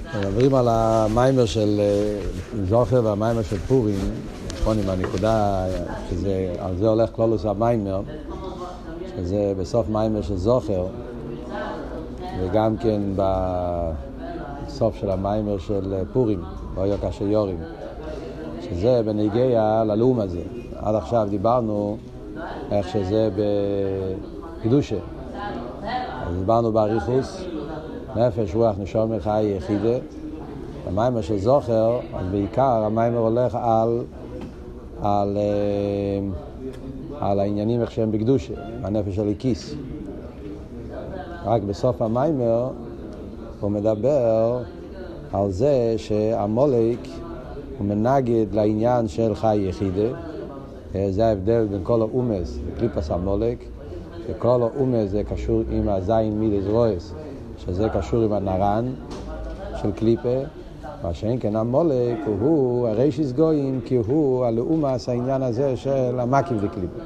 מדברים על המיימר של זוכר והמיימר של פורים, נכון, עם הנקודה שזה, על זה הולך כלולוס המיימר, שזה בסוף מיימר של זוכר, וגם כן בסוף של המיימר של פורים, באויוק אשר יורים, שזה בנגיע ללאום הזה. עד עכשיו דיברנו איך שזה בקדושה, אז דיברנו באריכוס, נפש, רוח, נשמה, חי, יחידה. המיימר של זוכר, אז בעיקר המיימר הולך על העניינים איך שהם בקדושה, הנפש של הכיס. רק בסוף המיימר הוא מדבר על זה שהמולק הוא מנגד לעניין של חי יחידה. זה ההבדל בין כל האומס לקליפס המולק, שכל האומס זה קשור עם הזין מידס רויס, שזה קשור עם הנרן של קליפה, מה שאין כן המולק הוא הרישיס גויים, כי הוא הלאומס העניין הזה של המקיף דקליפה.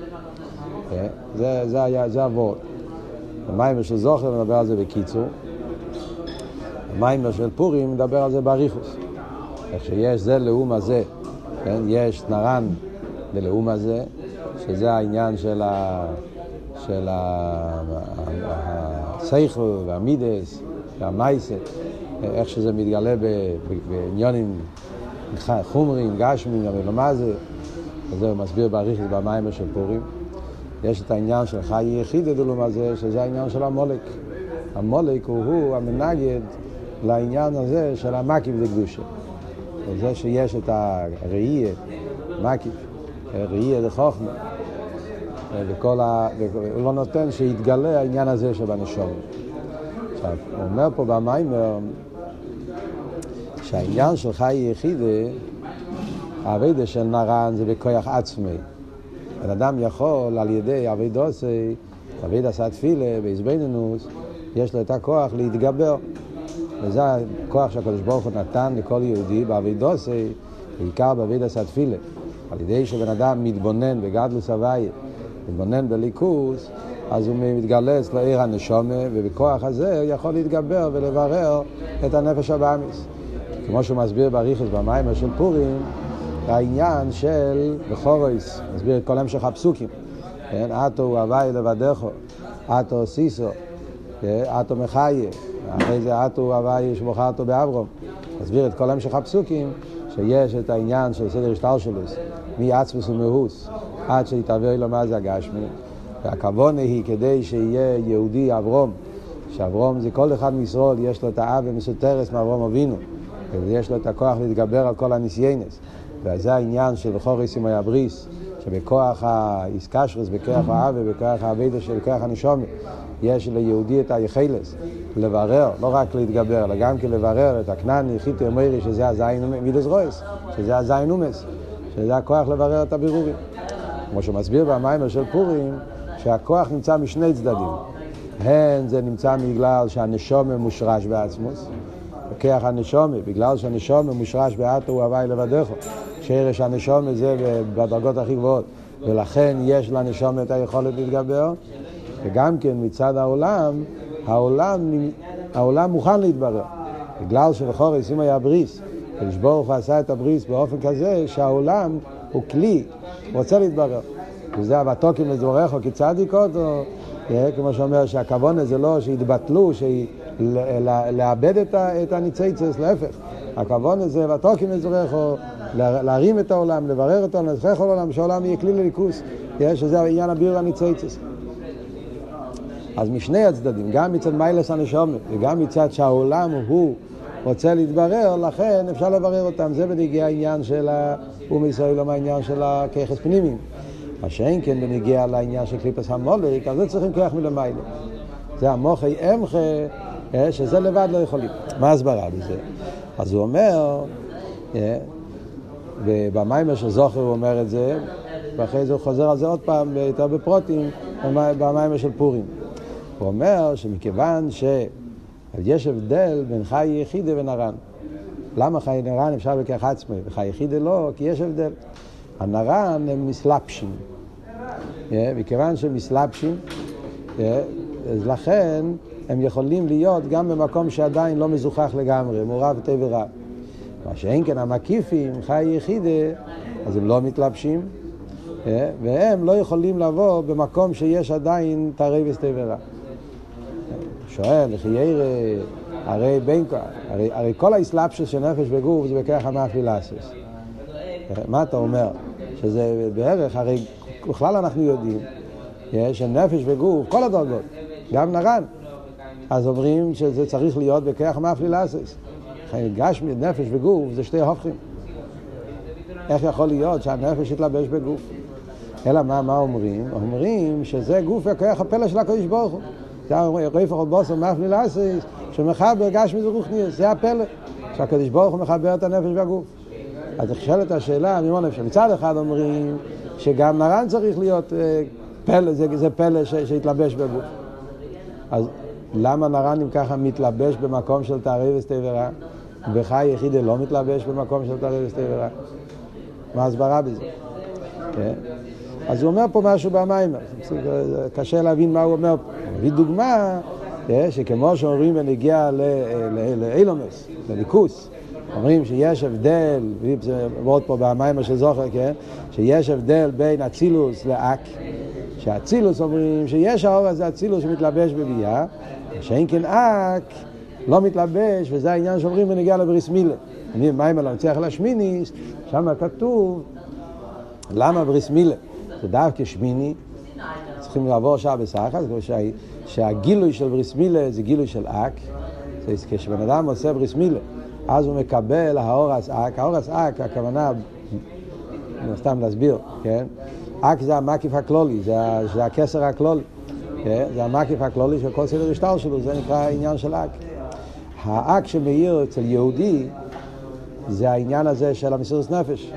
זה עבוד. המיימר של זוכר מדבר על זה בקיצור, המיימר של פורים מדבר על זה באריכוס. איך שיש זה לאום הזה, כן? יש נרן ללאום הזה, שזה העניין של השכל והמידס והמייסה, איך שזה מתגלה בעניונים חומרים, גשמים, אבל מה זה? אז הוא מסביר באריכות במיימר של פורים. יש את העניין של חי יחיד דלאום הזה, שזה העניין של המולק. המולק הוא המנגד לעניין הזה של המקיף דקדושה. וזה שיש את הראייה, מקיף, ראייה דחוכמה, הוא לא נותן שיתגלה העניין הזה שבנשום. עכשיו, הוא אומר פה במיימר שהעניין של חי יחידה, העבודה של נרן זה בכוח עצמי. בן אדם יכול על ידי עבודוסי, עבוד עשה תפילה, בהזבנינוס, יש לו את הכוח להתגבר. וזה הכוח שהקדוש ברוך הוא נתן לכל יהודי בעבודוסי, בעיקר בעבוד עשה תפילה. על ידי שבן אדם מתבונן בגדלוס הוויה, מתבונן בליכוס, אז הוא מתגלה אצלו עיר הנשמה, ובכוח הזה הוא יכול להתגבר ולברר את הנפש הבאמיס. כמו שהוא מסביר באריכות במיימר של פורים, העניין של בכורויס, מסביר את כל המשך הפסוקים. אתו הוא הווי לבדךו, אתו סיסו, אתו מחיה, אחרי זה אתו הוא הווי שבוחרתו באברום. מסביר את כל המשך הפסוקים, שיש את העניין של סדר השתלשלוס, מעצמוס ומהוס, עד שיתעבר לו מה זה הגשמי. והכוונה היא כדי שיהיה יהודי אברום, שאברום זה כל אחד מישראל, יש לו את האב ומסותרס מאברום אבינו, ויש לו את הכוח להתגבר על כל הניסיינס. וזה העניין של בכוריס עם היבריס, שבכוח האיסקשרס, בכוח האב ובכוח העבודה של כוח הנשומי, יש ליהודי את היחילס, לברר, לא רק להתגבר, אלא גם לברר את הכנעני, חיטי אומרי, שזה הזין מידס רויס, שזה הזין אומס, שזה הכוח לברר את הבירורים. כמו שמסביר במיימר של פורים, שהכוח נמצא משני צדדים. הן זה נמצא בגלל שהנשום מושרש בעצמוס, וכח הנשום, בגלל שהנשום מושרש באתו הוא הווי לבדךו. שרש הנשום זה בדרגות הכי גבוהות, ולכן יש לנשום את היכולת להתגבר, וגם כן מצד העולם מוכן להתברר. בגלל שבכורס אם היה בריס, ולשבור ועשה את הבריס באופן כזה שהעולם הוא כלי, רוצה להתברר. וזה הבתוקים לדבורך או כצדיקות, או כמו שאומר שהכוונה זה לא שהתבטלו, לאבד את הניציצס, להפך. הכוונה זה בתוקים לדבורך או להרים את העולם, לברר את העולם, לזכח העולם, שהעולם יהיה כלי לליכוס, שזה העניין הביר הניציצס. אז משני הצדדים, גם מצד מיילס הנשום, וגם מצד שהעולם הוא רוצה להתברר, לכן אפשר לברר אותם. זה בנגיע העניין של ישראל, לא מהעניין של הכיחס פנימיים. מה שאין כן בנגיע לעניין של קליפס המולק, אז זה צריכים כוח מלמיילה. זה המוחי אמחה, שזה לבד לא יכולים. מה הסברה בזה? אז הוא אומר, ובמיימר של זוכר הוא אומר את זה, ואחרי זה הוא חוזר על זה עוד פעם, יותר בפרוטים, במיימר של פורים. הוא אומר שמכיוון שיש הבדל בין חי יחידה ונרן. למה חי נרן אפשר בכך עצמי, וחי יחידה לא? כי יש הבדל. הנרן הם מסלפשים. מכיוון שהם מסלפשים, אז לכן הם יכולים להיות גם במקום שעדיין לא מזוכח לגמרי, מעורב טוב ורע. מה שאין כן המקיפים, חי יחידה, אז הם לא מתלבשים, והם לא יכולים לבוא במקום שיש עדיין תרבס טוב ורע. שואל, הרי כל האסלאפשוס של נפש וגוף זה בכך המאפילסס. מה אתה אומר? שזה בערך, הרי בכלל אנחנו יודעים שנפש וגוף, כל הדרגות, גם נרן, אז אומרים שזה צריך להיות בכך המאפילסס. גשמי, נפש וגוף זה שתי הופכים. איך יכול להיות שהנפש יתלבש בגוף? אלא מה אומרים? אומרים שזה גוף וכוח הפלא של הקדוש ברוך הוא. זה רפח ובוסר מאפילסס שמחבר גשמי ורוחניאס, זה הפלא שהקדוש ברוך הוא מחבר את הנפש והגוף. אז נשאלת השאלה, ממה נפש? מצד אחד אומרים שגם נרן צריך להיות פלא, זה פלא שהתלבש בגוף. אז למה נרן אם ככה מתלבש במקום של תרבס טוב ורע? וחי יחידה לא מתלבש במקום של תרבס טוב ורע? מה הסברה בזה? אז הוא אומר פה משהו במים, קשה להבין מה הוא אומר פה. הוא מביא דוגמה שכמו שאומרים ונגיע לאילומס, לליכוס, אומרים שיש הבדל, זה מאוד פה במים של זוכר, שיש הבדל בין אצילוס לאק, שהאצילוס אומרים שיש האור הזה אצילוס שמתלבש בביאה, שאין כן אק לא מתלבש, וזה העניין שאומרים ונגיע לבריס מילה. מים על המצח לשמיניס, שם כתוב למה בריס מילה? זה דווקא שמיני, צריכים לעבור שעה בסחס, שהגילוי של בריס מילה זה גילוי של אק, כשבן אדם עושה בריס מילה, אז הוא מקבל האורס אק. האורס אק, הכוונה, סתם להסביר, כן? אק זה המקיף הכלולי, זה הכסר הכלולי, זה המקיף הכלולי של כל סדר השטר שלו, זה נקרא העניין של אק. האק שמאיר אצל יהודי זה העניין הזה של המסירות נפש.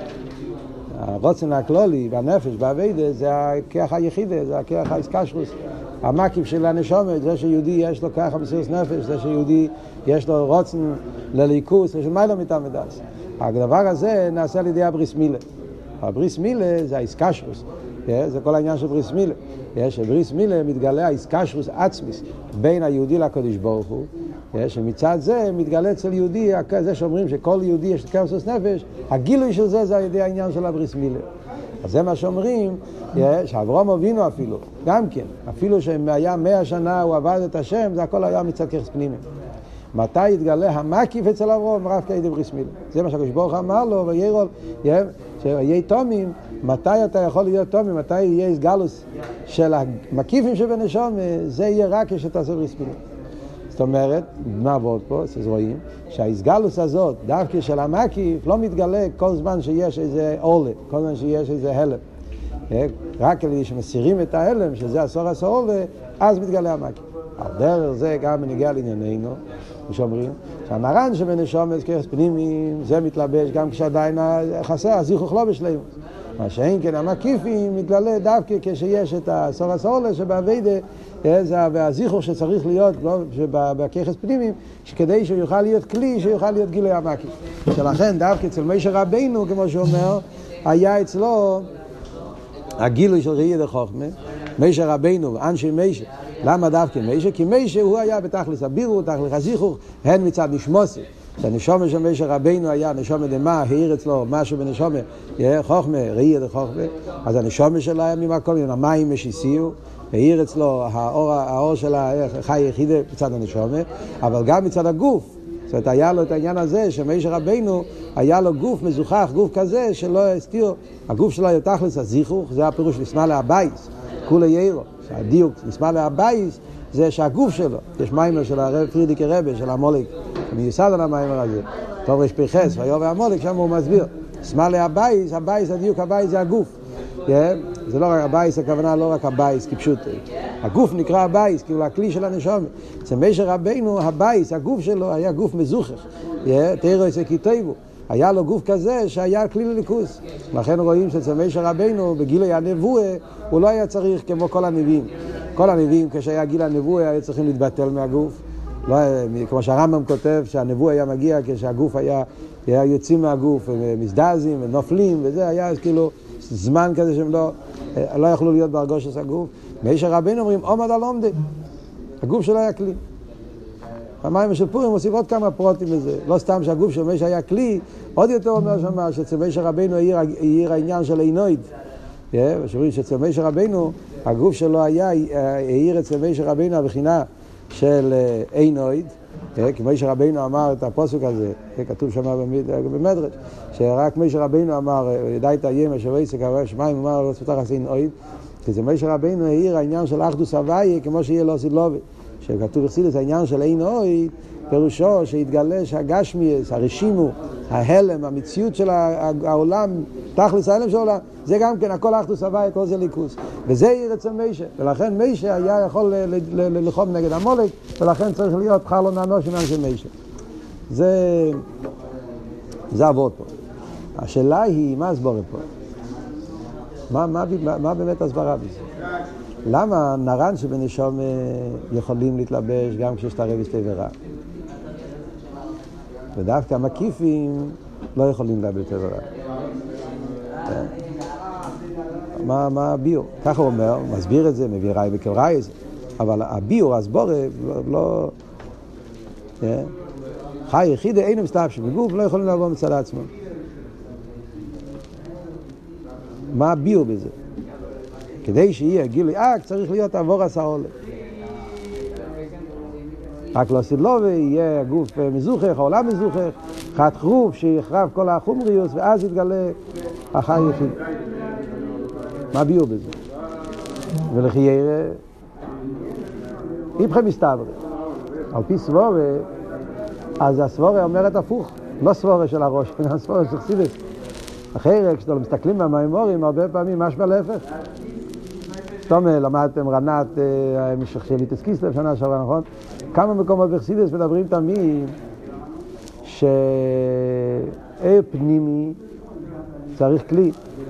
הרוצן הכלולי והנפש והעבודה זה הכוח היחידה, זה הכוח האיסקשרוס. המקיף של הנשומת, זה שיהודי יש לו כוח המסירות נפש, זה שיהודי יש לו רוצן לליכוס, יש לו מילה מתעמדס. הדבר הזה נעשה על ידי הבריס מילה. הבריס מילה זה האיסקשרוס, זה כל העניין של בריס מילה. שבריס מילה מתגלה האיסקשרוס עצמיס בין היהודי לקדוש ברוך הוא, שמצד זה מתגלה אצל יהודי, זה שאומרים שכל יהודי יש כוח המסירות נפש, הגילוי של זה זה על ידי העניין של הבריס מילה. אז זה מה שאומרים, שאברהם אבינו אפילו, גם כן, אפילו שהיה 100 שנה הוא עבד את השם, זה הכל היה מצד כחס פנימי. מתי יתגלה המקיף אצל אברהם? רק כדי בריס מילה. זה מה שהקדוש ברוך הוא אמר לו, וירול, שיהיה תומים, מתי אתה יכול להיות תומים? מתי יהיה הסגלוס של המקיפים שבנשום? זה יהיה רק כשאתה עושה בריס מילה. זאת אומרת, מה עבוד פה? אז רואים שההסגלוס הזאת, דווקא של המקיף, לא מתגלה כל זמן שיש איזה עולה, כל זמן שיש איזה הלם. רק כדי שמסירים את ההלם, שזה הסור עולה, אז מתגלה המקיף. על דרך זה גם בנגיע לענייננו, שאומרים, שהנרן שבנשומת כחס פנימיים, זה מתלבש גם כשעדיין חסר, הזיכוך לא בשלמות. מה שאין כן המקיפים מתגלה דווקא כשיש את הסור עולה שבעבודה, והזיכוך שצריך להיות בכחס פנימיים, שכדי שהוא יוכל להיות כלי, שיוכל להיות גילוי המקיף. שלכן דווקא אצל משה רבינו, כמו שאומר, היה אצלו הגילוי של ראייה דחוכמה, משה רבינו, אנשי משה. למה דווקא משה? כי משה הוא היה בתכלס הבירו, תכלס הזיכוך, הן מצד נשמוסי. שהנשומה של משה רבינו היה נשומה דמה, העיר אצלו משהו בנשומה, חוכמה, ראייה דחוכמה. אז הנשומה שלו היה ממקום, המים משיסיו, העיר אצלו האור של החי יחידה מצד הנשומה, אבל גם מצד הגוף. זאת אומרת, היה לו את העניין הזה שמשה רבינו היה לו גוף מזוכח, גוף כזה שלא הסתיר. הגוף שלו היה תכלס הזיכוך, זה הפירוש נשמע להבייס, כולי יאירו. שהדיוק נשמע להבייס זה שהגוף שלו, יש מיימר של הרב פרידיקי רבי, של המולק, מיוסד על המיימר הזה, טוב רשפי ויוב והמולק, שם הוא מסביר. נשמע להבייס, הבייס, הדיוק הבייס זה הגוף. זה לא רק הבייס, הכוונה לא רק הבייס, כפשוט. הגוף נקרא הבייס, כאילו הכלי של הנשום. אצל משה רבינו, הבייס, הגוף שלו היה גוף מזוכח. תראו איזה כתבו. היה לו גוף כזה שהיה כלי לליכוס. לכן רואים שאצל משה רבינו, בגילוי הנבואה, הוא לא היה צריך כמו כל הנביאים. כל הנביאים, כשהיה גיל הנבואה, היה צריכים להתבטל מהגוף. לא, כמו שהרמב"ם כותב, שהנבואה היה מגיע כשהגוף היה יוצאים מהגוף, ומזדעזים ונופלים, וזה היה כאילו זמן כזה שהם לא יכלו להיות בהרגוש של הגוף. משה רבינו אומרים, עומד על עומדי. הגוף שלו היה כלי. במים של פורים מוסיף עוד כמה פרוטים לזה. לא סתם שהגוף של משה היה כלי, עוד יותר אומר שמה, שאצל משה רבינו העיר העניין של עינויד. ושאומרים שאצל משה רבינו, הגוף שלו היה, העיר אצל משה רבינו הבחינה של עינויד, כי משה רבינו אמר את הפסוק הזה, כתוב שם במדרש, שרק משה רבינו אמר, ידע את הים אשר ועסק הרב שמיים, אמר לו ספתח עשין אויד, כי זה משה רבינו העיר העניין של אחדוס הוויה, כמו שיהיה לא סילובי, שכתוב בחסידות העניין של אין אויד, פירושו שהתגלה שהגשמיאס, הרשימו, ההלם, המציאות של העולם, תכלס ההלם של העולם, זה גם כן, הכל אחדוס הוויה, כל זה ליכוס. וזה עיר אצל משה, ולכן משה היה יכול ללחום נגד עמלק, ולכן צריך להיות חלון האנוש עניין של משה. זה עבוד פה. השאלה היא, מה הסבורה פה? מה באמת הסברה בזה? למה נרן שבנשום יכולים להתלבש גם כשיש תרביס תברה? ודווקא מקיפים לא יכולים להתלבש תברה. מה הביור? ככה הוא אומר, מסביר את זה, מביא ראי וכראי, אבל הביור, הסבורה, לא... חי יחיד אין מסתפשים בגוף, לא יכולים לעבור מצד עצמם. מה הביור בזה? כדי שיהיה גילוי צריך להיות עבור הסעולה. רק לא סילובי, יהיה הגוף מזוכח, העולם מזוכח, חד חרוף שיחרב כל החומריוס, ואז יתגלה החי יחיד. מה הביור בזה? ולכי יראה, איפכם מסתבר. על פי סבורה, אז הסבורה אומרת הפוך, לא סבורה של הראש, אלא סבורה של חסידות. אחרי, כשאתם מסתכלים במאמרים, הרבה פעמים משמע להפך. סתום, למדתם רנת, משך של ליטס קיסלב, שנה שעברה, נכון? כמה מקומות בחסידות מדברים תמיד שעיר פנימי צריך כלי.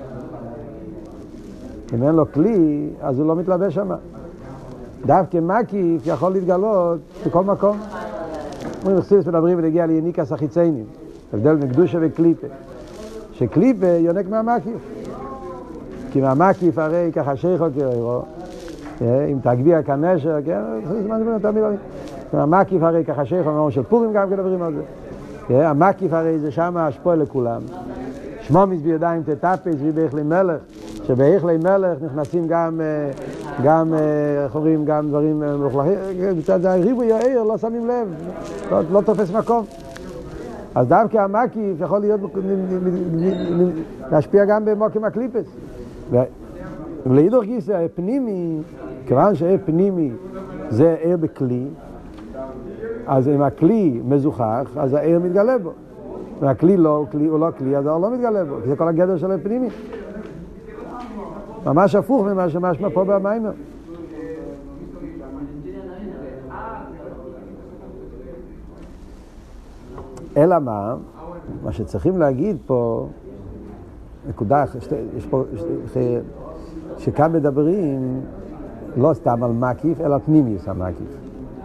אם אין לו כלי, אז הוא לא מתלבש שם. דווקא מקיף יכול להתגלות בכל מקום. אומרים בחסידות מדברים ולהגיע ליניקס החיציינים. הבדל מקדושה וקליפה. שקליפה יונק מהמקיף. כי מהמקיף הרי ככה שייכו כראירו, אם תגביע כנשר, כן? המקיף הרי ככה שייכו, מהמון של פורים גם כדברים על זה. המקיף הרי זה שם השפוע לכולם. שמומיס בידיים תטפס ובאיכלי מלך, שבאיכלי מלך נכנסים גם איך אומרים, גם דברים מוחלכים, בצד זה ריבוי העיר, לא שמים לב, לא תופס מקום. אז דווקא המקיף יכול להיות להשפיע גם במוקים הקליפס. ולהידור גיסא, פנימי, כיוון פנימי זה עיר בכלי, אז אם הכלי מזוכח, אז העיר מתגלה בו. והכלי הוא לא כלי, אז העיר לא מתגלה בו. זה כל הגדר של הפנימי. ממש הפוך ממה שמשמע פה במיימר. אלא מה שצריכים להגיד פה, נקודה, יש פה, שכאן מדברים לא סתם על מקיף, אלא פנימיוס המקיף.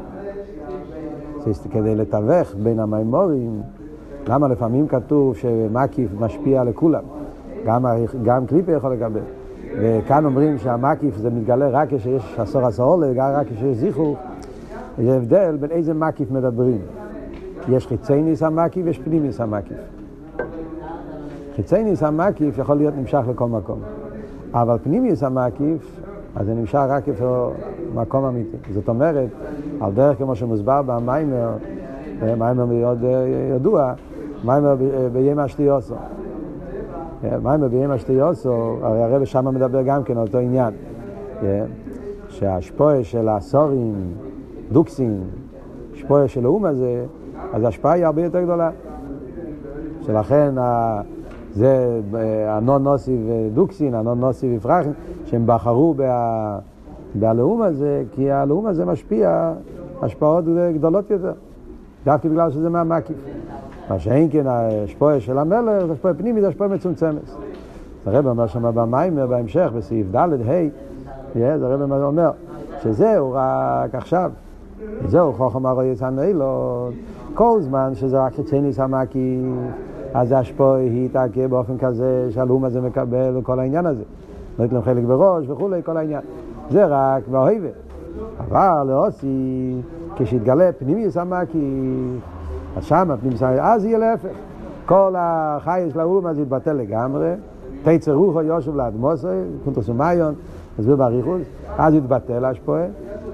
כדי לתווך בין המיימורים, למה לפעמים כתוב שמקיף משפיע לכולם, גם קליפה יכול לקבל. וכאן אומרים שהמקיף זה מתגלה רק כשיש עשור, רק כשיש זיכוך. יש הבדל בין איזה מקיף מדברים. יש חיצייניס המקיף ויש פנימיוס המקיף. חיצייניס המקיף יכול להיות נמשך לכל מקום. אבל פנימיוס המקיף, אז זה נמשך רק איפה מקום אמיתי. זאת אומרת, על דרך כמו שמוסבר במיימר, מיימר מאוד ידוע, מיימר ביום השתיוסו. מיימר ביום השתיוסו, הרי הרב שם מדבר גם כן על אותו עניין. שההשפועה של הסורים, דוקסין, השפועה של האום הזה, אז ההשפעה היא הרבה יותר גדולה. שלכן זה הנון נוסי ודוקסין, הנון נוסי ופרחין, שהם בחרו בלאום הזה, כי הלאום הזה משפיע השפעות גדולות יותר, דווקא בגלל שזה מהמקיף. מה שאין כן ההשפעה של המלך, זה השפעה פנימית, זה השפעה מצומצמת. זה הרב אומר שם במיימר, בהמשך, בסעיף ד' זה הרב אומר שזהו רק עכשיו, זהו חוכם הרועץ הנעילות, כל זמן שזה רק חיצייניס המקיף, אז ההשפעה היא תעקה באופן כזה שהלאום הזה מקבל וכל העניין הזה. לא יתלם חלק בראש וכו', כל העניין. זה רק בהויבה. אבל להוציא כשיתגלה פנימיוס המקיף, אז שם הפנימיוס המקיף, אז יהיה להפך. כל החייס לאולם הזה יתבטל לגמרי, תצא רוחו יושב לאדמוסי, קונטרס ומיון, נסביר באריכות, אז יתבטל השפועה,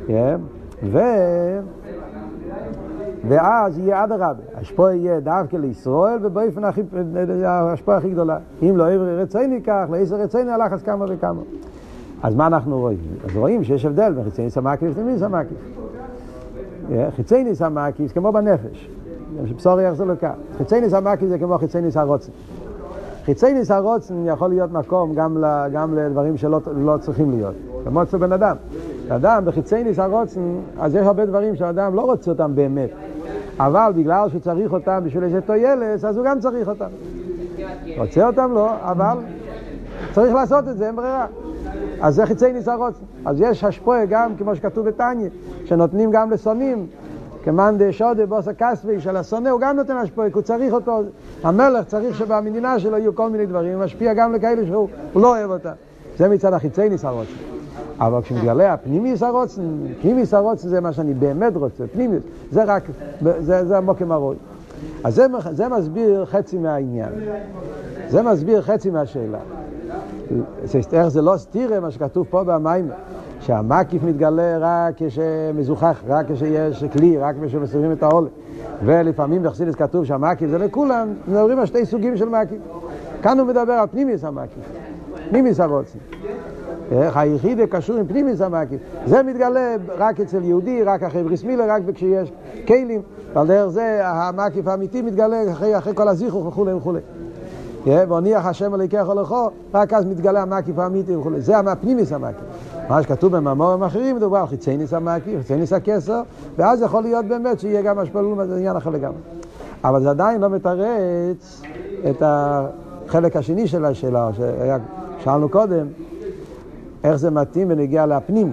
ואז יהיה עד הרבה. השפועה יהיה דווקא לישראל, ובאופן השפועה הכי גדולה. אם לא עבר רציני כך, לעשר רציני הלך אז כמה וכמה. אז מה אנחנו רואים? אז רואים שיש הבדל בין חיצייניס המקיף ופנימיוס המקיף. חיצייניס המקיף כמו בנפש. שבשורי איך זה לוקח. חיצייניס המקיף זה כמו חיצייניס הרוצן. חיצייניס הרוצן יכול להיות מקום גם לדברים שלא צריכים להיות. כמו אצל בן אדם. אדם בחיצייניס הרוצן, אז יש הרבה דברים שהאדם לא רוצה אותם באמת. אבל בגלל שצריך אותם בשביל איזה תועלת, אז הוא גם צריך אותם. רוצה אותם לא, אבל צריך לעשות את זה, אין ברירה. אז זה חיצייניס הרוצן. אז יש השפועה גם, כמו שכתוב בתניא, שנותנים גם לשונאים, כמאן דשודה בוסה כספי של השונא, הוא גם נותן השפועה, כי הוא צריך אותו. המלך צריך שבמדינה שלו יהיו כל מיני דברים, הוא משפיע גם לכאלה שהוא לא אוהב אותה. זה מצד החיצייניס הרוצן. אבל כשמתגלה הפנימיוס הרוצן, פנימיוס הרוצן זה מה שאני באמת רוצה, פנימיוס, זה רק, זה המוקם הרוי. אז זה מסביר חצי מהעניין. זה מסביר חצי מהשאלה. איך זה לא סתירה מה שכתוב פה במים, שהמקיף מתגלה רק כשמזוכח, רק כשיש כלי, רק כשמסורים את העול. ולפעמים בחסידות כתוב שהמקיף זה לכולם, מדברים על שתי סוגים של מקיף. כאן הוא מדבר על פנימיוס המקיף, פנימיוס הרוצן. היחיד קשור עם פנימיוס המקיף. זה מתגלה רק אצל יהודי, רק אחרי בריס מילה, רק כשיש כלים. ועל דרך זה המקיף האמיתי מתגלה אחרי כל הזיכוך וכו' וכו'. והניח השם אלוהיך לכו, רק אז מתגלה המקיף האמיתי וכו'. זה הפנימיוס המקיף. מה שכתוב במאמרים אחרים מדובר על חיצייניס המקיף, חיצייניס הכסר, ואז יכול להיות באמת שיהיה גם השפלול, זה עניין אחר לגמרי. אבל זה עדיין לא מתרץ את החלק השני של השאלה, ששאלנו קודם, איך זה מתאים ונגיע לפנימי.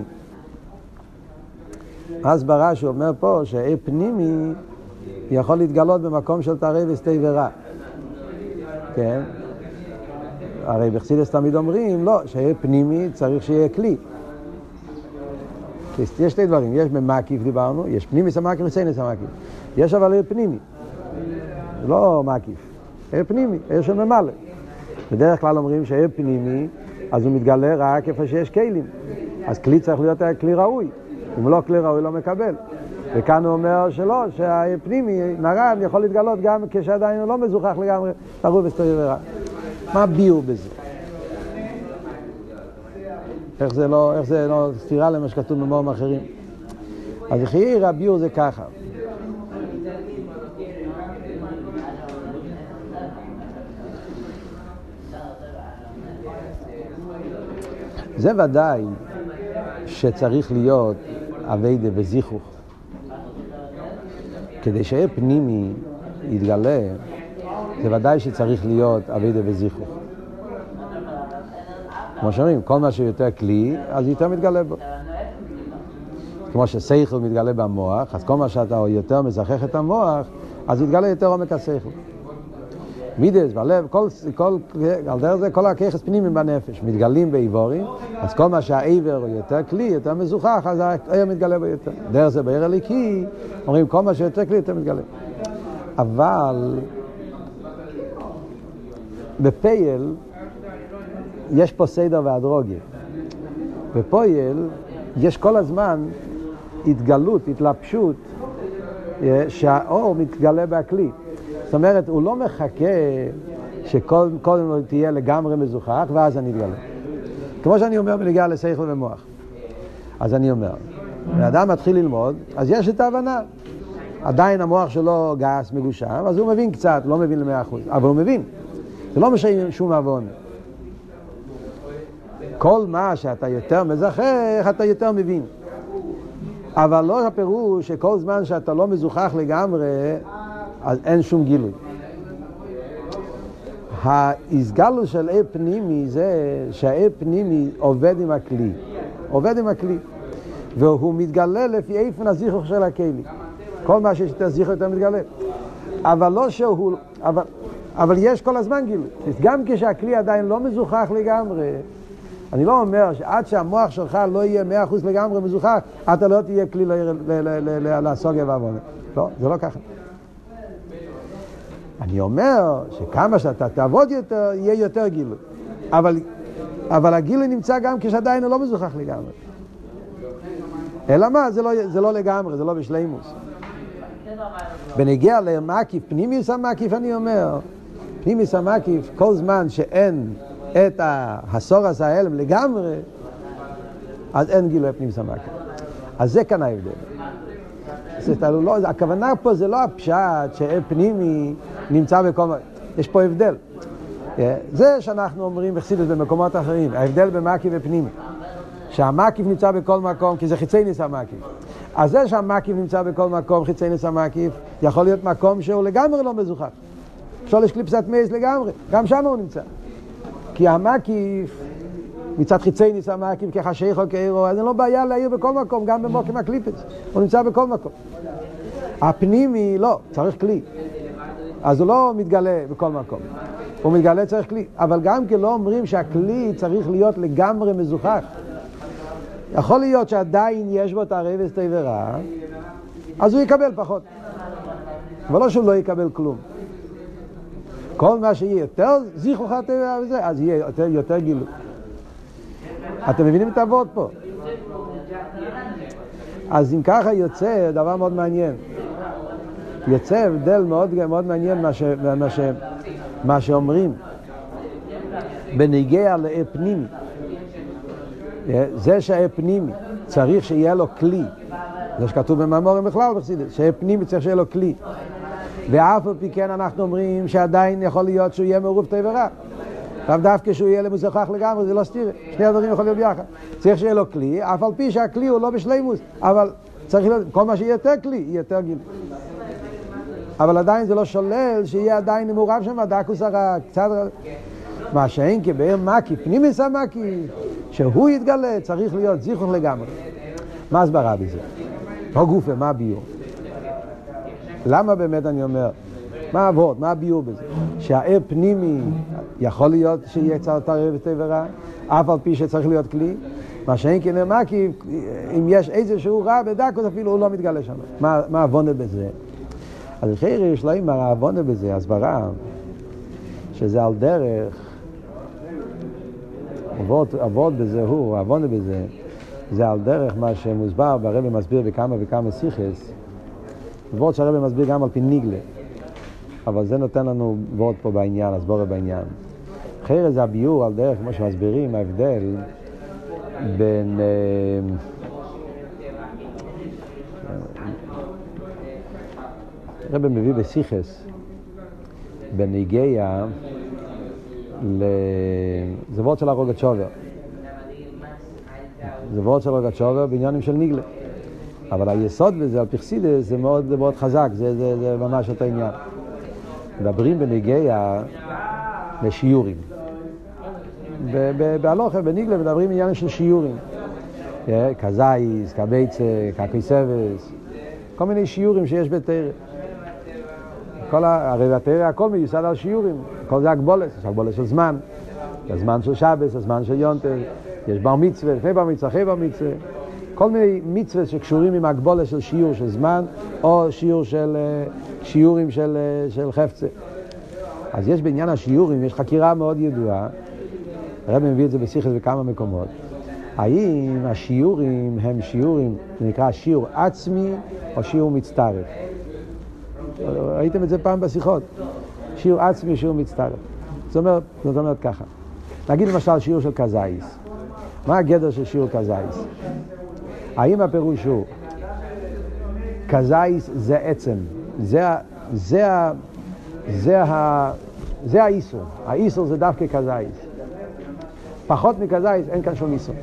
אז ברש אומר פה פנימי יכול להתגלות במקום של תערב וסתי ורע. כן? הרי בחסידות תמיד אומרים, לא, פנימי צריך שיהיה כלי. יש שתי דברים, יש במקיף דיברנו, יש פנימיוס המקיף וחיצייניס המקיף. יש אבל פנימי, לא מקיף, פנימי, יש ממלא. בדרך כלל אומרים פנימי, אז הוא מתגלה רק איפה שיש כלים. אז כלי צריך להיות כלי ראוי. אם לא כלי ראוי לא מקבל. וכאן הוא אומר שלא, שהפנימי נרן יכול להתגלות גם כשעדיין הוא לא מזוכח לגמרי, תראו בסתוי ורע. מה ביור בזה? איך זה לא סתירה למה שכתוב במאמרים אחרים? אז חייר הביור זה ככה. זה ודאי שצריך להיות עבודה וזיכוך. כדי שיהיה פנימי יתגלה, זה ודאי שצריך להיות עבודה וזיכוך. כמו שאומרים, כל מה שיותר כלי, אז יותר מתגלה בו. כמו ששכל מתגלה במוח, אז כל מה שאתה יותר מזכח את המוח, אז יתגלה יותר עומק השכל. מידס, בלב, על דרך זה כל הכיחס פנימיים בנפש, מתגלים באיבורים, אז כל מה שהאיבר הוא יותר כלי, יותר מזוכח, אז האיבר מתגלה בו יותר. דרך זה בעיר הליקי, אומרים כל מה שיותר כלי יותר מתגלה. אבל בפייל יש פה סדר והדרוגיה. בפייל יש כל הזמן התגלות, התלבשות, שהאור מתגלה בכלי. זאת אומרת, הוא לא מחכה שקודם תהיה לגמרי מזוכח, ואז אני אתגלה. כמו שאני אומר בנגיעה לשכל ומוח. אז אני אומר, האדם מתחיל ללמוד, אז יש את ההבנה. עדיין המוח שלו גס, מגושם, אז הוא מבין קצת, לא מבין ל100%, אבל הוא מבין. זה לא משנה שום עוון. כל מה שאתה יותר מזכח, אתה יותר מבין. אבל לא הפירוש שכל זמן שאתה לא מזוכח לגמרי, אז אין שום גילוי. ההסגלות של פנימי זה שהפנימי עובד עם הכלי. עובד עם הכלי. והוא מתגלה לפי איפן הזיכוך של הכלי. כל מה שיש את הזיכוך יותר מתגלה. אבל לא שהוא... אבל יש כל הזמן גילוי. גם כשהכלי עדיין לא מזוכח לגמרי, אני לא אומר שעד שהמוח שלך לא יהיה 100% לגמרי מזוכח, אתה לא תהיה כלי לסוגיה ועוונה. לא, זה לא ככה. אני אומר שכמה שאתה תעבוד יותר, יהיה יותר גילוי. אבל הגילוי נמצא גם כשעדיין הוא לא מזוכח לגמרי. אלא מה? זה לא לגמרי, זה לא בשלימוס. בנגיע למקיף, פנימיוס המקיף, אני אומר, פנימיוס המקיף, כל זמן שאין את הסורס ההלם לגמרי, אז אין גילוי פנימיוס המקיף. אז זה כאן ההבדל. הכוונה פה זה לא הפשט שפנימי נמצא בכל מקום. יש פה הבדל. זה שאנחנו אומרים בחסידות במקומות אחרים, ההבדל במקיף ופנימי. שהמקיף נמצא בכל מקום, כי זה חיצי ניס המקיף. אז זה שהמקיף נמצא בכל מקום, חיצי ניס המקיף, יכול להיות מקום שהוא לגמרי לא מזוכח. אפשר לשקליפסת מייס לגמרי, גם שם הוא נמצא. כי המקיף, מצד חיצי ניס המקיף, כחשיך או כאירו, אז אין לו בעיה להעיר בכל מקום, גם במוקים הקליפס. הוא נמצא בכל מקום. הפנימי, לא, צריך כלי. אז הוא לא מתגלה בכל מקום. הוא מתגלה צריך כלי. אבל גם כי לא אומרים שהכלי צריך להיות לגמרי מזוכח. יכול להיות שעדיין יש בו את הרבס תיברה, אז הוא יקבל פחות. אבל לא שהוא לא יקבל כלום. כל מה שיהיה יותר זיכרוך תיברה וזה, אז יהיה יותר גילוי. אתם מבינים את העבוד פה? אז אם ככה יוצא דבר מאוד מעניין. יוצא הבדל מאוד מעניין מה שאומרים בנגיע לפנימי. זה שהפנימי צריך שיהיה לו כלי, זה שכתוב במאמרים בכלל בחסידות, שהפנימי צריך שיהיה לו כלי, ואף על פי כן אנחנו אומרים שעדיין יכול להיות שהוא יהיה מעורב תיברה, אבל דווקא שהוא יהיה למזוכח לגמרי, זה לא סתירה, שני הדברים יכולים להיות ביחד. צריך שיהיה לו כלי, אף על פי שהכלי הוא לא בשלימוס, אבל צריך להיות, כל מה שיהיה יותר כלי יהיה יותר גיל, אבל עדיין זה לא שולל שיהיה עדיין מעורב שם דקוס הרע, קצת מה שאין כבאר מקיף, פנימיס המקיף, שהוא יתגלה, צריך להיות זיכרוך לגמרי. מה הסברה בזה? לא גופה, מה הביור? למה באמת אני אומר? מה העבוד? מה הביור בזה? שהער פנימי יכול להיות שיהיה קצת הרב תיברה, אף על פי שצריך להיות כלי. מה שאין כבאר מקיף, אם יש איזשהו רע בדקות אפילו הוא לא מתגלה שם. מה העבודה בזה? אז אחרי יש להם העבודה בזה, הסברה, שזה על דרך, עבוד בזה הוא, עבוד בזה, זה על דרך מה שמוסבר, והרבא מסביר בכמה וכמה שיחס, עבוד שהרבא מסביר גם על פי ניגלה, אבל זה נותן לנו עבוד פה בעניין, הסבורה בעניין. אחרי זה הביור על דרך, כמו שמסבירים, ההבדל בין הרבא מביא בשיחס, בניגיה, זה וורט של הרוגצ'ובר. זה וורט של הרוגצ'ובר בעניינים של ניגלה. אבל היסוד בזה, על פרסידס, זה מאוד חזק, זה ממש אותו עניין. מדברים בניגיה לשיעורים. בהלוכה, בניגלה, מדברים בעניינים של שיעורים. כזייס, כביצה, ככיסבס, כל מיני שיעורים שיש בתורה. הרי בתורה הכל מיוסד על שיעורים. כל זה הגבולת, יש הגבולת של זמן. הזמן של שבת, הזמן של יונטל. יש בר מצווה, לפני בר מצווה, אחרי בר מצווה. כל מיני מצוות שקשורים עם הגבולת של שיעור של זמן, או שיעורים של חפצה. אז יש בעניין השיעורים, יש חקירה מאוד ידועה. הרב מביא את זה בשיחס בכמה מקומות. האם השיעורים הם שיעורים, זה נקרא שיעור עצמי, או שיעור מצטרף? ראיתם את זה פעם בשיחות. שיעור עצמי, שיעור מצטרף. זאת אומרת ככה. נגיד למשל שיעור של כזייס. מה הגדר של שיעור כזייס? האם הפירוש הוא כזייס זה עצם, זה האיסור. האיסור זה דווקא כזייס. פחות מכזייס אין כאן שום איסור.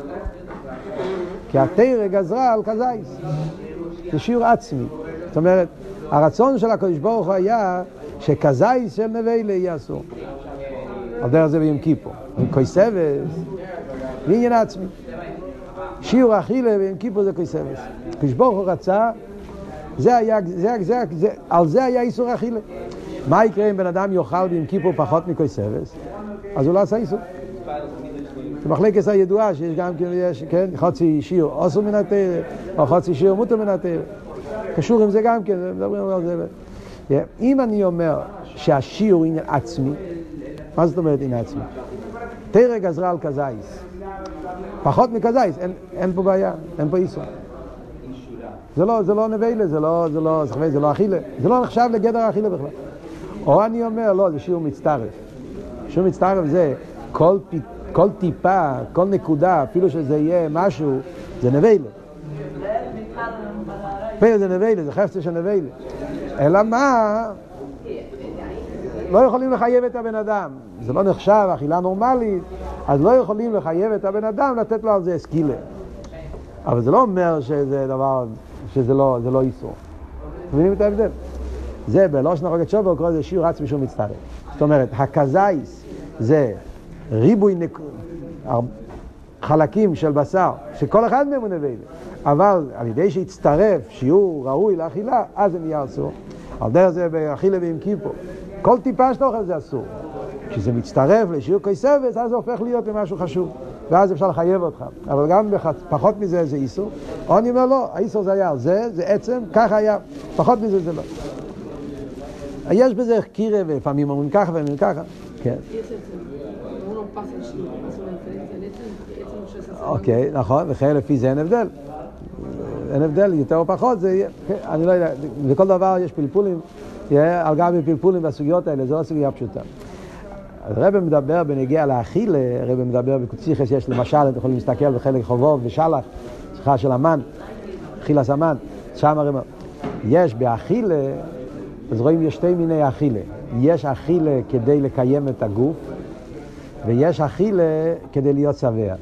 כי התורה גזרה על כזייס. זה שיעור עצמי. זאת אומרת, הרצון של הקדוש ברוך הוא היה שכזייס של נבלה יהיה אסור. על דרך זה ביום כיפור. כיסבס, בעניין עצמי. שיעור אכילה ביום כיפור זה כיסבס. הקדוש ברוך הוא רצה, על זה היה איסור אכילה. מה יקרה אם בן אדם יאכל ביום כיפור פחות מכיסבס? אז הוא לא עשה איסור. זה מחלקת הידועה שיש גם כן, חצי שיעור אוסר מן התורה, או חצי שיעור מותר מן התורה. קשור עם זה גם כן, מדברים על זה. אם אני אומר שהשיעור עניין עצמי, מה זאת אומרת עניין עצמי? תורה גזרה על כזייס. פחות מכזייס, אין פה בעיה, אין פה איסור. זה לא נבלה, זה לא אכילה, זה לא נחשב לגדר אכילה בכלל. או אני אומר, לא, זה שיעור מצטרף. שיעור מצטרף זה כל טיפה, כל נקודה, אפילו שזה יהיה משהו, זה נבלה. זה נבלה, זה חפצה של נבלה. אלא מה? לא יכולים לחייב את הבן אדם. זה לא נחשב אכילה נורמלית, אז לא יכולים לחייב את הבן אדם לתת לו על זה סקילה. אבל זה לא אומר שזה דבר, שזה לא איסור. מבינים את ההבדל? זה בלושן החוגת שובר קורא לזה שיעור עצמי שהוא מצטרף. זאת אומרת, הכזייס זה ריבוי חלקים של בשר, שכל אחד מהם הוא נבלה. אבל על ידי שהצטרף שיעור ראוי לאכילה, אז זה נהיה אסור. על דרך זה באכילה ועם כיפור. כל טיפה שאתה אוכל זה אסור. כשזה מצטרף לשיעור כסבס, אז זה הופך להיות למשהו חשוב. ואז אפשר לחייב אותך. אבל גם פחות מזה זה איסור. או אני אומר לא, האיסור זה היה, זה עצם, ככה היה. פחות מזה זה לא. יש בזה קירה, ולפעמים אומרים ככה ואומרים ככה. כן. אוקיי, נכון, וכן לפי זה אין הבדל. אין הבדל, יותר או פחות, זה יהיה, אני לא יודע, בכל דבר יש פלפולים, על גבי פלפולים בסוגיות האלה, זו לא סוגיה פשוטה. אז הרב מדבר בנגיע לאכילה, הרב מדבר בקוציחס, יש למשל, אתם יכולים להסתכל בחלק חובוב, בשלח, שיחה של המן, אכילס המן, שם הרב, יש באכילה, אז רואים יש שתי מיני אכילה, יש אכילה כדי לקיים את הגוף, ויש אכילה כדי להיות שבע.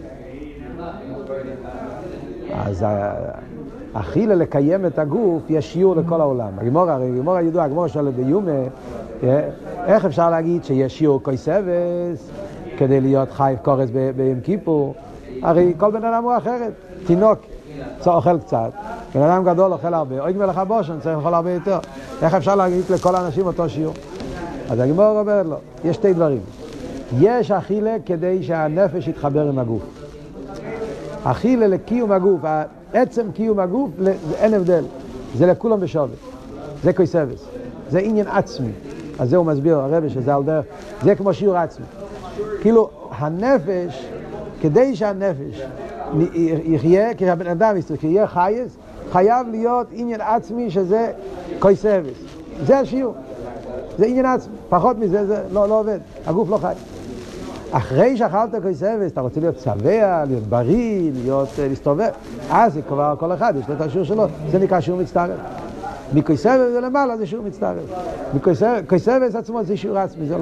אז אכילה לקיים את הגוף יש שיעור לכל העולם. הגמור הידוע, הגמור של ביומה, איך אפשר להגיד שיש שיעור כסבס כדי להיות חי קורס ביום כיפור? הרי כל בן אדם הוא אחרת. תינוק אוכל קצת, בן אדם גדול אוכל הרבה, או יגמר לך בושן צריך לאכול הרבה יותר. איך אפשר להגיד לכל האנשים אותו שיעור? אז הגמור אומר לו, יש שתי דברים. יש אכילה כדי שהנפש יתחבר עם הגוף. אכילה לקיום הגוף, עצם קיום הגוף, אין הבדל. זה לכולם בשווה. זה כסבס. זה עניין עצמי. אז זה הוא מסביר, הרב שזה על דרך. זה כמו שיעור עצמי. כאילו, הנפש, כדי שהנפש יחיה, כי הבן אדם יהיה חייס, חייב להיות עניין עצמי שזה כסבס. זה השיעור. זה עניין עצמי. פחות מזה, זה לא עובד. הגוף לא חי. אחרי שאכלת כסבס, אתה רוצה להיות שבע, להיות בריא, להסתובב. אז זה כבר כל אחד, יש לו את השיעור שלו. זה נקרא שיעור מצטרף. מכסבס זה למעלה, זה שיעור מצטרף. כסבס עצמו זה שיעור עצמי, זה לא...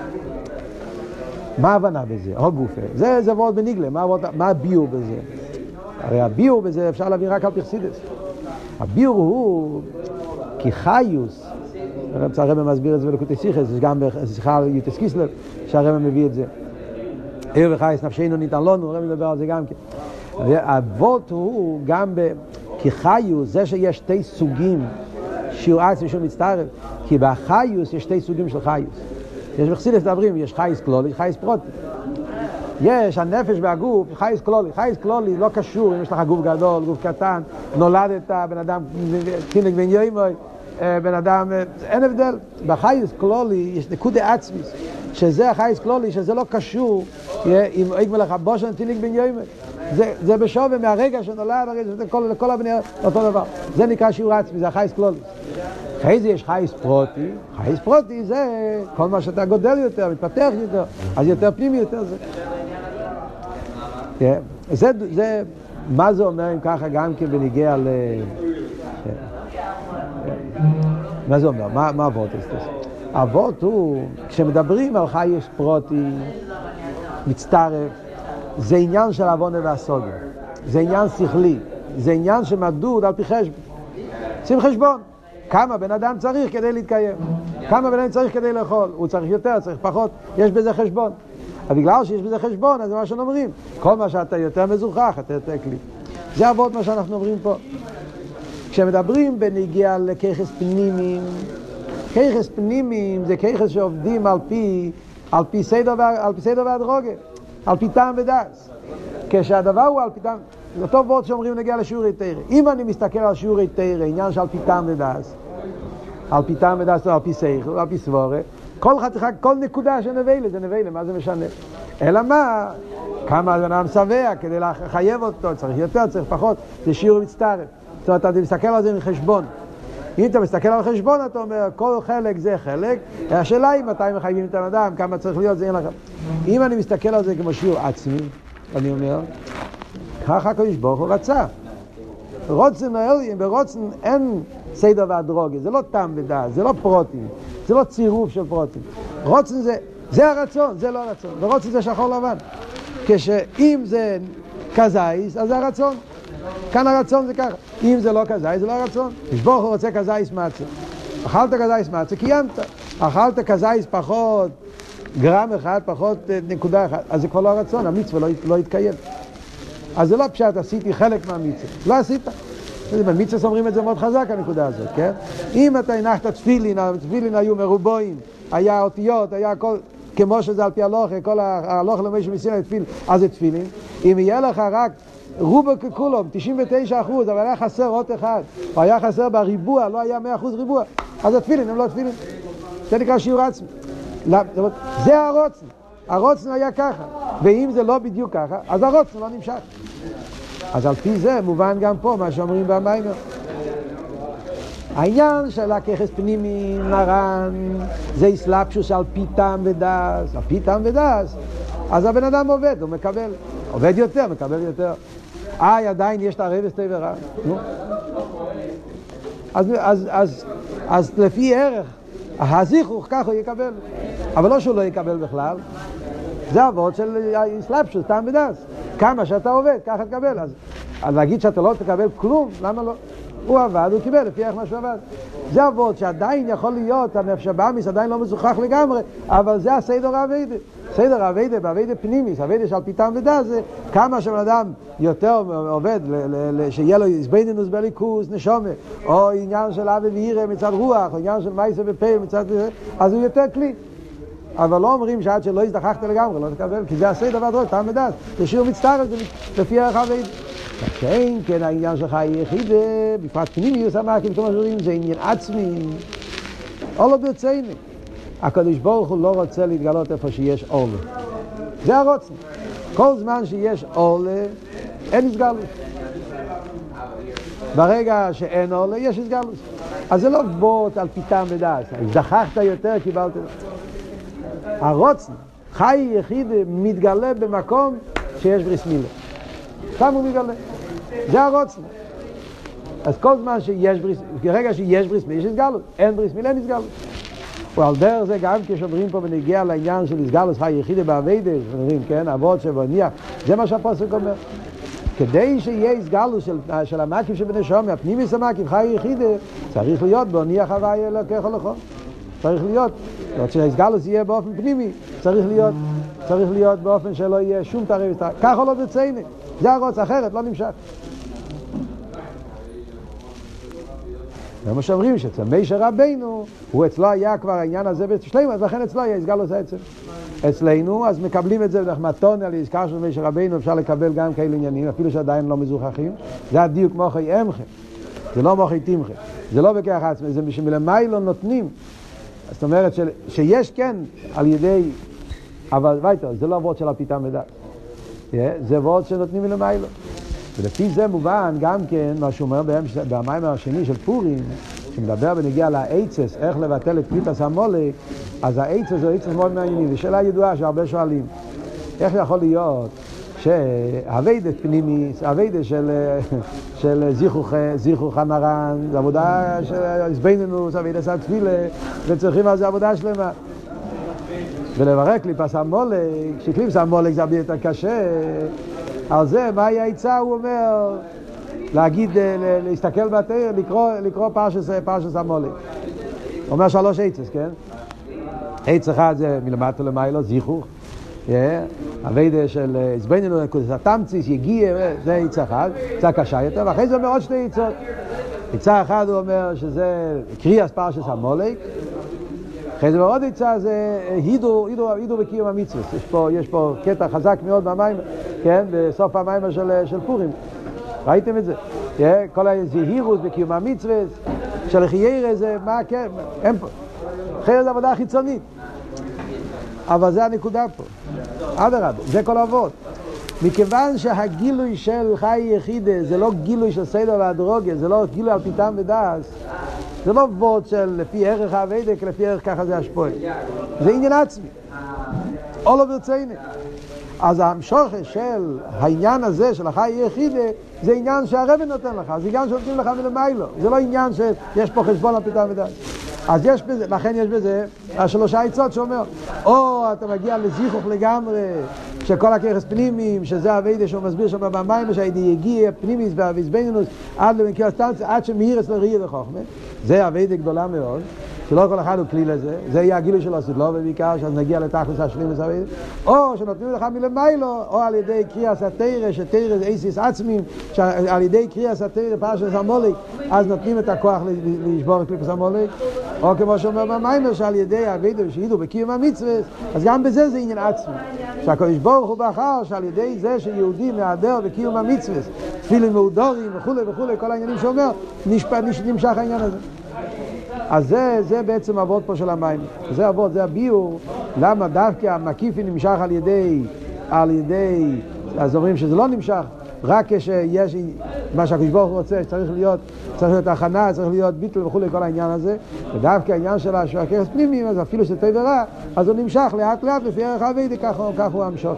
מה ההבנה בזה? או גופה. זה ועוד בניגלה, מה הביור בזה? הרי הביור בזה אפשר להבין רק על פרסידס. הביור הוא כי חיוס, הרב מסביר את זה בלקוטי סיכס, יש גם בשיחה על יוטס קיסלב, שהרב מביא את זה. עיר וחייס נפשנו ניתן לנו, הרב מדבר על זה גם כן. והוות הוא גם כי חיוס, זה שיש שתי סוגים, שיעור עצמי שהוא מצטרף, כי בחיוס יש שתי סוגים של חיוס. יש בחסידות מדברים, יש חייס כלולי, חייס פרוטי. יש הנפש והגוף, חייס כלולי. חייס כלולי לא קשור אם יש לך גוף גדול, גוף קטן, נולדת, בן אדם, תינק בן יוימוי, בן אדם, אין הבדל. בחייס כלולי יש נקודה עצמית, שזה החייס כלולי, שזה לא קשור, אם יגמר לך בושן, תינק בן יוימוי. זה בשווה מהרגע שנולד, לכל הבני, אותו דבר. זה נקרא שיעור עצמי, זה החייס כלולי. אחרי זה יש חייס פרוטי. חייס פרוטי זה כל מה שאתה גודל יותר, מתפתח יותר, אז יותר פנימי יותר זה. זה מה זה אומר אם ככה גם כן בניגיע ל... מה זה אומר? מה אבות זה? אבות הוא, כשמדברים על חייס פרוטי, מצטרף, זה עניין של עוונה והסוגיה. זה עניין שכלי. זה עניין שמדוד על פי חשבון. שים חשבון. כמה בן אדם צריך כדי להתקיים? כמה בן אדם צריך כדי לאכול? הוא צריך יותר, צריך פחות. יש בזה חשבון. אבל בגלל שיש בזה חשבון, אז זה מה שאנחנו אומרים. כל מה שאתה יותר מזוכח, אתה יותר כלי. זה עבוד מה שאנחנו אומרים פה. כשמדברים בנגיע לכיחס פנימיים, כיחס פנימיים זה כיחס שעובדים על פי סדר והדרוגה. על פי טעם ודס. כשהדבר הוא על פי טעם, זה אותו וורט שאומרים נגיע לשיעורי תורה. אם אני מסתכל על שיעורי תורה, עניין שעל פי טעם ודס, על פי טעם ודס, על פי שכל, על פי סבורה, כל חתיכה, כל נקודה שנבלה, זה נבלה, מה זה משנה? אלא מה? כמה אדם שבע כדי לחייב אותו, צריך יותר, צריך פחות, זה שיעור מצטרף. זאת אומרת, אתה מסתכל על זה מחשבון. אם אתה מסתכל על חשבון, אתה אומר, כל חלק זה חלק, השאלה היא מתי מחייבים את האדם, כמה צריך להיות, זה אין לכם. אם אני מסתכל על זה כמו שיעור עצמי, אני אומר, ככה הקדוש ברוך הוא רצה. רוצן העליון, ברוצן אין סדר והדרוגה, זה לא טעם ודעת, זה לא פרוטים, זה לא צירוף של פרוטים. רוצן זה הרצון, זה לא הרצון, ורוצן זה שחור לבן. כשאם זה כזייס, אז זה הרצון. כאן הרצון זה ככה. אם זה לא כזייס, זה לא הרצון. ברוך הוא רוצה כזייס מצה. אכלת כזייס מצה, קיימת. אכלת כזייס פחות גרם אחד, פחות נקודה אחת, אז זה כבר לא הרצון, המצווה לא יתקיים. אז זה לא פשט, עשיתי חלק מהמצווה. לא עשית. במצווה אומרים את זה מאוד חזק, הנקודה הזאת, כן? אם אתה הנחת תפילין, התפילין היו מרובועים, היה אותיות, היה הכל, כמו שזה על פי הלוכה, כל הלוכה למי שמסיע לתפילין, אז זה תפילין. אם יהיה לך רק רובו ככולום, 99%, אבל היה חסר אות אחד, או היה חסר בריבוע, לא היה 100% ריבוע, אז התפילין הם לא תפילין. זה נקרא שיעור עצמי. זה הרוצן. הרוצן היה ככה. ואם זה לא בדיוק ככה, אז הרוצן לא נמשך. אז על פי זה מובן גם פה מה שאומרים במיימר. העניין של הככס פנימי נרן זה אסלאפשוס על פי טעם ודס. על פי טעם ודס, אז הבן אדם עובד, הוא מקבל. עובד יותר, מקבל יותר. עדיין יש את הרבס טוב ורע. אז לפי ערך, הזיכוך כך הוא יקבל. אבל לא שהוא לא יקבל בכלל. זה עבוד של אסלאפשוס, טעם ודס. כמה שאתה עובד, ככה תקבל. אז להגיד שאתה לא תקבל כלום, למה לא? הוא עבד, הוא קיבל לפי איך מה שהוא עבד. זה עבוד שעדיין יכול להיות, הנפש הבאמיס עדיין לא מזוכח לגמרי, אבל זה הסדר העבודה. סדר העבודה, בעבודה פנימיס, העבודה של פיתם ודס, זה כמה שבן אדם יותר עובד, שיהיה לו הסבינינוס בליכוס, נשומה, או עניין של אבי ואירה מצד רוח, או עניין של מייסה ופה מצד זה, אז הוא יותר כלי. אבל לא אומרים שעד שלא הזדחכת לגמרי, לא תקבל, כי זה הסדר והדרog, טעם ודס. זה שיעור מצטרף, זה לפי ערך העבודה. שאין כן העניין שלך היחיד, בפרט פנימיוס המקים, זה עניין עצמי. אולו ברציני. הקדוש ברוך הוא לא רוצה להתגלות איפה שיש אולה. זה הרוצן. כל זמן שיש אולה, אין הסגלות. ברגע שאין אולה, יש הסגלות. אז זה לא גבוהות על פיתם ודעת. הזדחכת יותר, קיבלת. הרוצן, חי יחיד, מתגלה במקום שיש בריס מילה. שם הוא מתגלה. זה הרוצן. אז כל זמן שיש בריס, כרגע שיש בריס מילה, יש הסגלות. אין בריס מילה, אין הסגלות. ועל דרך זה גם כשאומרים פה ונגיע לעניין של הסגלות חי יחיד בעבודה, אומרים, כן, אבות שבניח, זה מה שהפוסק אומר. כדי שיהיה הסגלות של המקים שבנשום, הפנימיס המקים חי יחיד, צריך להיות בניח הווי אלוקך הלכו. צריך להיות, זאת שהסגלות יהיה באופן פנימי, צריך להיות באופן שלא יהיה שום תערב, ככה לא תצייני, זה הרוץ, אחרת לא נמשך. כמו שאומרים שאצל משה רבינו, הוא אצלו היה כבר העניין הזה בשלמה, אז לכן אצלו היה הסגלות עצם. אצלנו, אז מקבלים את זה בדרך מתון, על הזכר של משה רבינו, אפשר לקבל גם כאלה עניינים, אפילו שעדיין לא מזוכחים. זה הדיוק מוחי אמכם, זה לא מוחי תמכם, זה לא בכך עצמם, זה משמלמי לא נותנים. זאת אומרת שיש כן על ידי, אבל ביתר, זה לא עבוד של הפיתם ודעת. זה עבוד שנותנים מלמי לא. ולפי זה מובן גם כן מה שהוא אומר במיימר השני של פורים, שמדבר בנגיע לעצס, איך לבטל את פליטת המולק, אז העצס זה עצס מאוד מענייני. זו שאלה ידועה שהרבה שואלים, איך יכול להיות שהעבודת פנימית, העבודה של זיכוך הנרן, זה עבודה של הסבינינוס, עבודה של התפילה, וצריכים על זה עבודה שלמה. ולברר קליפת המולק, שקליפת המולק זה הרבה יותר קשה, על זה, מה היא העצה? הוא אומר, להגיד, להסתכל בתאר, לקרוא פרשס המולק. הוא אומר 3 עצס, כן? עץ אחד זה מלמטה למיילו, זיכוך. הווידה של הסביננו, התמציס, יגיע, זה עץ אחד, עצה קשה יותר, ואחרי זה אומר עוד 2 עצות. עצה אחד הוא אומר שזה קריאס פרשס המולק, אחרי זה בעוד עצה זה הידו בקיום המצוות. יש פה קטע חזק מאוד במים, כן? בסוף המים של פורים. ראיתם את זה? כל הזהירות בקיום המצוות, של חיירה זה, מה כן? אין פה. אחרי זה עבודה חיצונית. אבל זה הנקודה פה. אדרבה, זה כל אבות. מכיוון שהגילוי של חי יחידה זה לא גילוי של סדר והדרוגיה, זה לא גילוי על פיתם ודס, זה לא ווד של לפי ערך העבדק, לפי ערך ככה זה השפוע. זה עניין עצמי. או לא ברציני. אז המשוכש של העניין הזה של החי יחידה זה עניין שהרב נותן לך, זה עניין שנותנים לך מלמיילו. זה לא עניין שיש פה חשבון על פיתם ודס. אז יש בזה, לכן יש בזה השלושה עצות שאומר, או אתה מגיע לזיכוך לגמרי, שכל הכרס פנימיים, שזה הווידה שהוא מסביר שם במים, שהייתי יגיע פנימיס והזבנינוס עד למקרה סטנציה, עד שמהירס לראי וחוכמה. זה הווידה גדולה מאוד, שלא כל אחד הוא כלי לזה, זה יהיה הגילוי של הסודלו ובעיקר, שאז נגיע לתכלס השלים וסביב, או שנותנים לך מלמיילו, או על ידי קריאס התירה, שתירה זה איסיס עצמים, שעל ידי קריאס התירה פרשת המולק, אז נותנים את הכוח לשבור את קליפס המולק, או כמו שאומר במיימר, שעל ידי הווידה שהידו בקיום המצוות, אז גם בזה זה עניין עצמי. שהקדוש ברוך הוא בחר שעל ידי זה שיהודי מהדר בקיום המצוות, תפילין מאודורים וכו' וכו', כל העניינים שאומר, נמשך העניין הזה. אז זה בעצם עבוד פה של המים. זה עבוד, זה הביור, למה דווקא המקיפי נמשך על ידי, אז אומרים שזה לא נמשך, רק כשיש מה שהקדוש ברוך הוא רוצה, צריך להיות הכנה, צריך להיות ביטל וכו' כל העניין הזה, ודווקא העניין של הכרס פנימיים, אז אפילו שזה טוב ורע, אז הוא נמשך לאט לאט לפי ערך הווידה, כך הוא המשוך.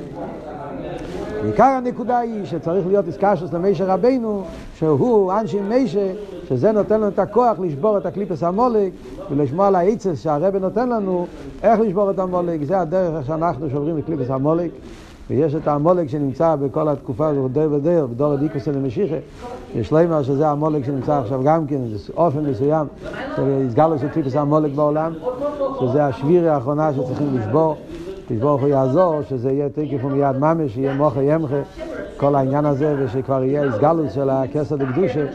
בעיקר הנקודה היא שצריך להיות איסקשוס למשה רבינו, שהוא אנשי משה, שזה נותן לנו את הכוח לשבור את הקליפס המולק ולשמוע על העצס שהרבא נותן לנו איך לשבור את המולק. זה הדרך שאנחנו שוברים את קליפס המולק, ויש את המולק שנמצא בכל התקופה הזאת דר ודר, בדור הדיקוס למשיחה. יש לומר שזה המולק שנמצא עכשיו גם כן, זה אופן מסוים שהסגלו של קליפס המולק בעולם, שזה השבירה האחרונה שצריכים לשבור. תשבור הוא יעזור, שזה יהיה תקף ומיד ממש, שיהיה מוחה ימחה, כל העניין הזה, ושכבר יהיה הסגלוס של הכסר דקדושה,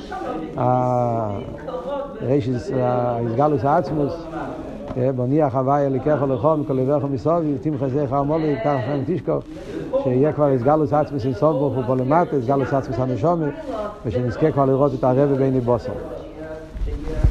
הסגלוס העצמוס, בוניח הוויה לקחו לחום, כל לבחו מסובי, תמחה זכר המולק, תחת חיים תשקוף, שיהיה כבר הסגלוס העצמוס אינסוף בו, פה למטה, הסגלוס העצמוס הנשומה, ושנזכה כבר לראות את הרבא בעיני בוסר.